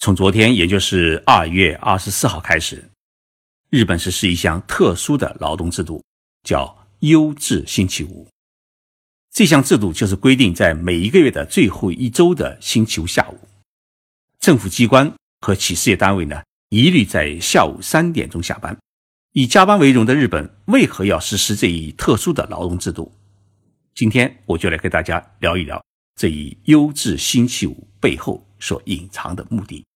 从昨天，也就是2月24号开始，日本实施一项特殊的劳动制度，叫优质星期五。这项制度就是规定在每一个月的最后一周的星期五下午，政府机关和企事业单位呢，一律在下午3点钟下班。以加班为荣的日本为何要实施这一特殊的劳动制度？今天我就来跟大家聊一聊这一优质星期五背后所隐藏的目的。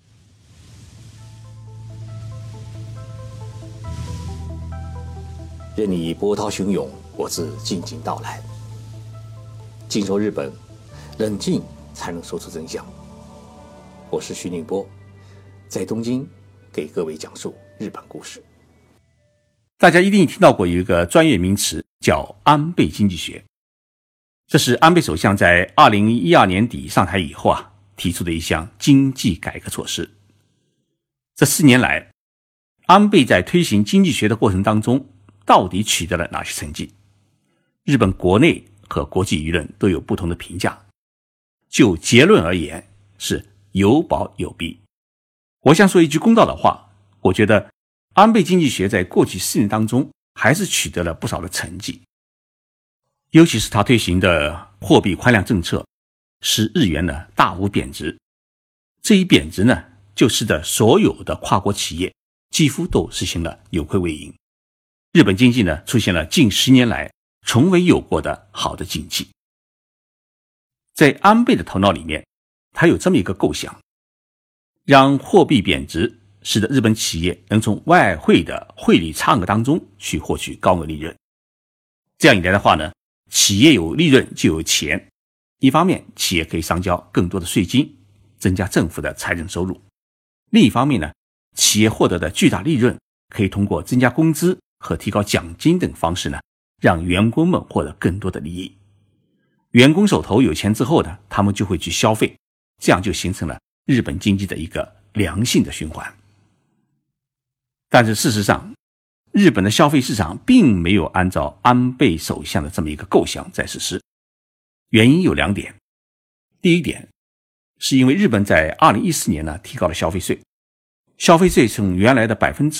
任你波涛汹涌，我自静静到来。静说日本，冷静才能说出真相。我是徐宁波，在东京给各位讲述日本故事。 大家一定听到过有一个专业名词叫安倍经济学，这是安倍首相在2012年底上台以后提出的一项经济改革措施。这4年来，安倍在推行经济学的过程当中，到底取得了哪些成绩？日本国内和国际舆论都有不同的评价。就结论而言，是有保有弊。我想说一句公道的话，我觉得安倍经济学在过去4年当中还是取得了不少的成绩，尤其是他推行的货币宽量政策，使日元呢大幅贬值。这一贬值呢，就使得所有的跨国企业几乎都实行了有亏为盈。日本经济呢出现了近10年来从未有过的好的景气。在安倍的头脑里面，他有这么一个构想，让货币贬值，使得日本企业能从外汇的汇率差额当中去获取高额利润。这样一来的话呢，企业有利润就有钱，一方面企业可以上交更多的税金，增加政府的财政收入；另一方面呢，企业获得的巨大利润可以通过增加工资和提高奖金等方式呢，让员工们获得更多的利益。员工手头有钱之后呢，他们就会去消费，这样就形成了日本经济的一个良性的循环。但是事实上，日本的消费市场并没有按照安倍首相的这么一个构想在实施。原因有2点。第一点，是因为日本在2014年呢提高了消费税，消费税从原来的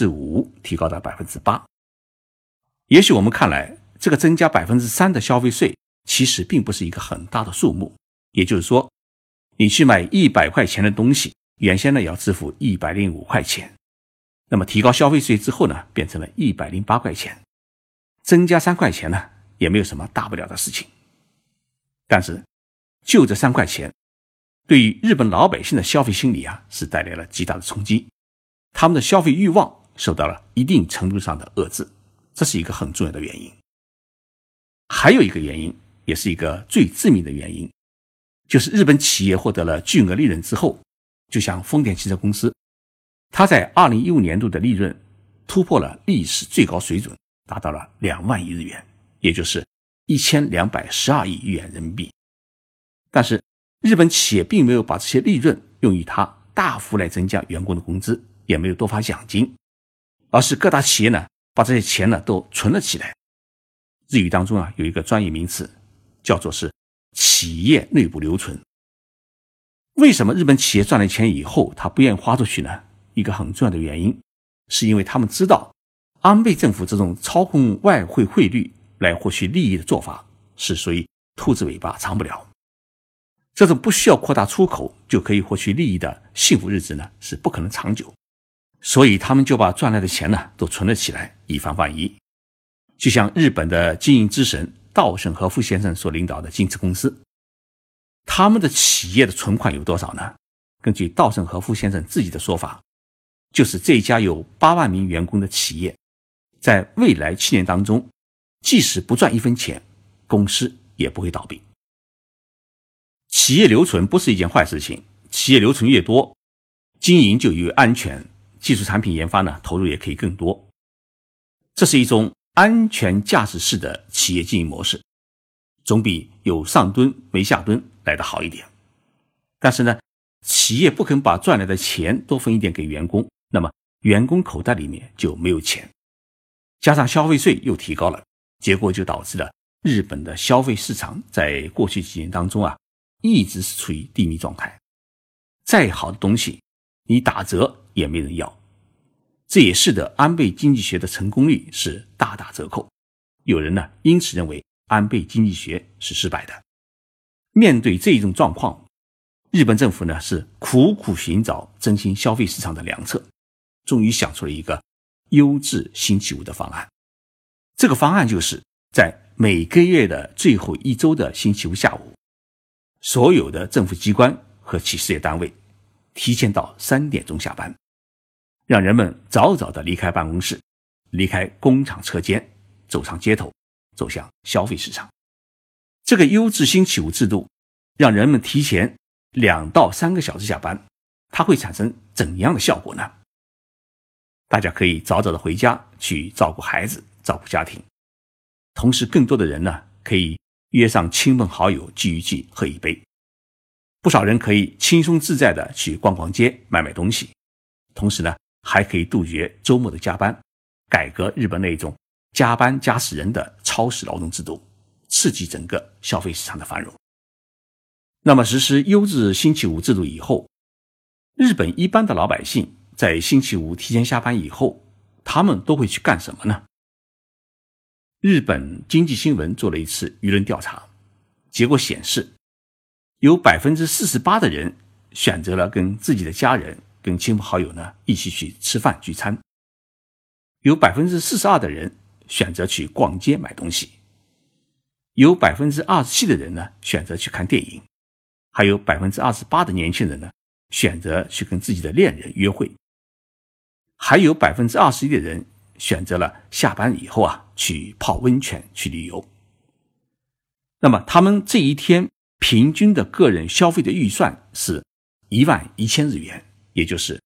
5% 提高到 8%。也许我们看来，这个增加 3% 的消费税其实并不是一个很大的数目，也就是说，你去买100块钱的东西，原先呢要支付105块钱，那么提高消费税之后呢，变成了108块钱，增加3块钱呢，也没有什么大不了的事情。但是就这3块钱，对于日本老百姓的消费心理是带来了极大的冲击，他们的消费欲望受到了一定程度上的遏制，这是一个很重要的原因。还有一个原因，也是一个最致命的原因，就是日本企业获得了巨额利润之后，就像丰田汽车公司，它在2015年度的利润突破了历史最高水准，达到了2万亿日元，也就是1212亿元人民币。但是日本企业并没有把这些利润用于它大幅来增加员工的工资，也没有多发奖金，而是各大企业呢把这些钱呢都存了起来。日语当中有一个专业名词叫做是企业内部留存。为什么日本企业赚了钱以后他不愿意花出去呢？一个很重要的原因，是因为他们知道安倍政府这种操控外汇汇率来获取利益的做法是属于兔子尾巴长不了。这种不需要扩大出口就可以获取利益的幸福日子呢，是不可能长久。所以他们就把赚来的钱呢都存了起来，以防万一。就像日本的经营之神稻盛和夫先生所领导的京瓷公司，他们的企业的存款有多少呢？根据稻盛和夫先生自己的说法，就是这家有8万名员工的企业，在未来7年当中，即使不赚1分钱，公司也不会倒闭。企业留存不是一件坏事情，企业留存越多，经营就越安全，技术产品研发呢投入也可以更多。这是一种安全价值式的企业经营模式，总比有上吨没下吨来得好一点。但是呢，企业不肯把赚来的钱多分一点给员工，那么员工口袋里面就没有钱，加上消费税又提高了，结果就导致了日本的消费市场在过去几年当中一直是处于低迷状态。再好的东西你打折也没人要。这也使得安倍经济学的成功率是大打折扣。有人呢因此认为安倍经济学是失败的。面对这一种状况，日本政府呢是苦苦寻找振兴消费市场的良策，终于想出了一个优质星期五的方案。这个方案就是在每个月的最后一周的星期五下午，所有的政府机关和企事业单位提前到3点钟下班，让人们早早地离开办公室，离开工厂车间，走上街头，走向消费市场。这个优质星期五制度让人们提前2到3个小时下班，它会产生怎样的效果呢？大家可以早早的回家去照顾孩子，照顾家庭。同时更多的人呢可以约上亲朋好友聚一聚，喝一杯。不少人可以轻松自在的去逛逛街，买买东西。同时呢还可以杜绝周末的加班，改革日本那种加班加死人的超时劳动制度，刺激整个消费市场的繁荣。那么实施优质星期五制度以后，日本一般的老百姓在星期五提前下班以后，他们都会去干什么呢？日本经济新闻做了一次舆论调查，结果显示有 48% 的人选择了跟自己的家人跟亲朋好友呢一起去吃饭聚餐，有 42% 的人选择去逛街买东西，有 27% 的人呢选择去看电影，还有 28% 的年轻人呢选择去跟自己的恋人约会，还有 21% 的人选择了下班以后去泡温泉去旅游。那么他们这一天平均的个人消费的预算是11000日元，也就是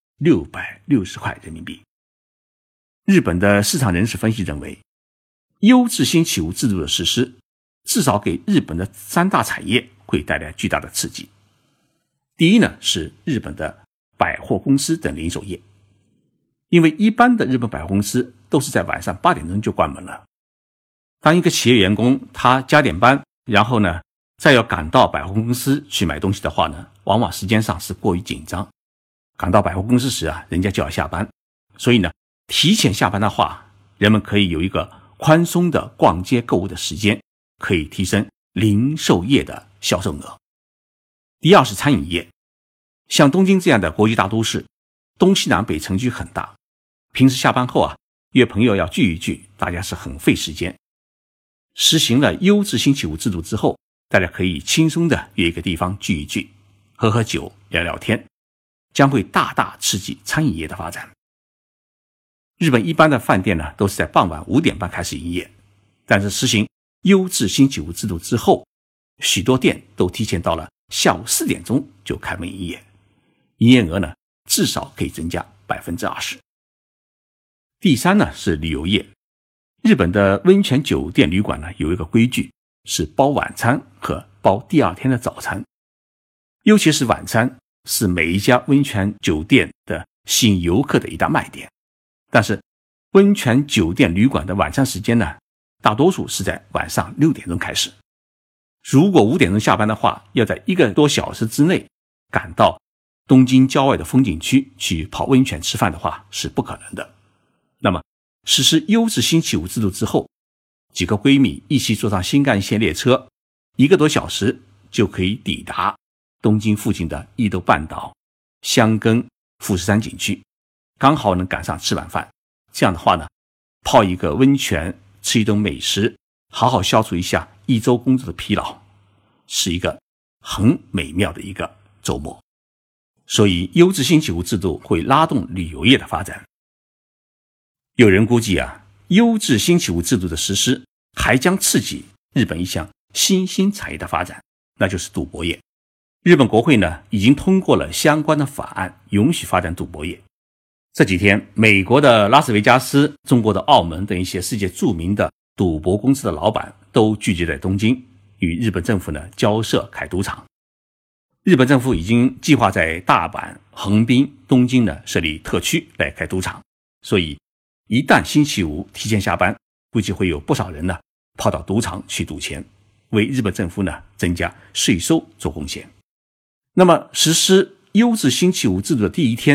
660块人民币。日本的市场人士分析认为，优质星期五制度的实施至少给日本的3大产业会带来巨大的刺激。第一呢是日本的百货公司等零售业，因为一般的日本百货公司都是在晚上8点钟就关门了。当一个企业员工他加点班，然后呢再要赶到百货公司去买东西的话呢，往往时间上是过于紧张。赶到百货公司时人家就要下班，所以呢提前下班的话，人们可以有一个宽松的逛街购物的时间，可以提升零售业的销售额。第二是餐饮业，像东京这样的国际大都市，东西南北城区很大，平时下班后约朋友要聚一聚，大家是很费时间。实行了优质星期五制度之后，大家可以轻松的约一个地方聚一聚，喝喝酒，聊聊天，将会大大刺激餐饮业的发展。日本一般的饭店呢都是在傍晚5点半开始营业，但是实行优质星期五制度之后，许多店都提前到了下午4点钟就开门营业，营业额呢至少可以增加 20%。 第三呢是旅游业。日本的温泉酒店旅馆呢有一个规矩，是包晚餐和包第二天的早餐，尤其是晚餐是每一家温泉酒店的吸引游客的一大卖点。但是温泉酒店旅馆的晚餐时间呢大多数是在晚上6点钟开始，如果5点钟下班的话，要在1个多小时之内赶到东京郊外的风景区去泡温泉吃饭的话是不可能的。那么实施优质星期五制度之后，几个闺蜜一起坐上新干线列车，1个多小时就可以抵达东京附近的伊豆半岛、箱根、富士山景区，刚好能赶上吃晚饭。这样的话呢，泡一个温泉，吃一顿美食，好好消除一下一周工作的疲劳，是一个很美妙的一个周末。所以优质星期五制度会拉动旅游业的发展。有人估计优质星期五制度的实施还将刺激日本一项新兴产业的发展，那就是赌博业。日本国会呢已经通过了相关的法案，允许发展赌博业。这几天美国的拉斯维加斯、中国的澳门等一些世界著名的赌博公司的老板都聚集在东京，与日本政府呢交涉开赌场。日本政府已经计划在大阪、横滨、东京呢设立特区来开赌场，所以一旦星期五提前下班，估计会有不少人呢跑到赌场去赌钱，为日本政府呢增加税收做贡献。那么实施优质星期五制度的第一天，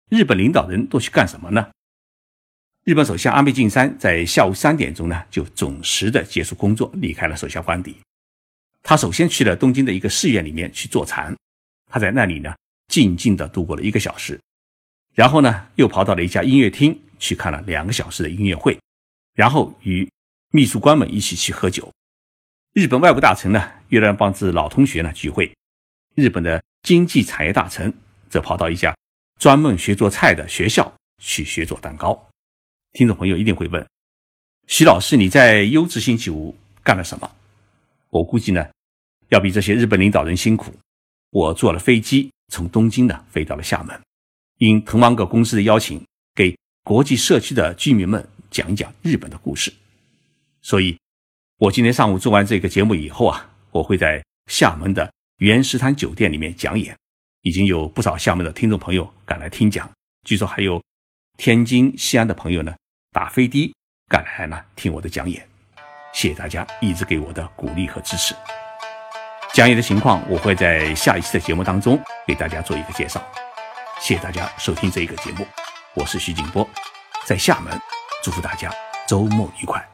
日本领导人都去干什么呢？日本首相安倍晋三在下午3点钟呢，就准时的结束工作，离开了首相官邸。他首先去了东京的一个寺院里面去坐禅，他在那里呢静静的度过了1个小时，然后呢又跑到了一家音乐厅去看了2个小时的音乐会，然后与秘书官们一起去喝酒。日本外务大臣呢约了帮子老同学呢聚会，日本的经济产业大臣则跑到一家专门学做菜的学校去学做蛋糕。听众朋友一定会问，徐老师你在优质星期五干了什么？我估计呢要比这些日本领导人辛苦。我坐了飞机从东京呢飞到了厦门，应藤芒格公司的邀请，给国际社区的居民们讲一讲日本的故事。所以我今天上午做完这个节目以后啊，我会在厦门的原石滩酒店里面讲演，已经有不少厦门的听众朋友赶来听讲，据说还有天津、西安的朋友呢打飞的赶来呢听我的讲演。谢谢大家一直给我的鼓励和支持。讲演的情况我会在下一期的节目当中给大家做一个介绍。谢谢大家收听这一个节目，我是徐景波，在厦门祝福大家周末愉快。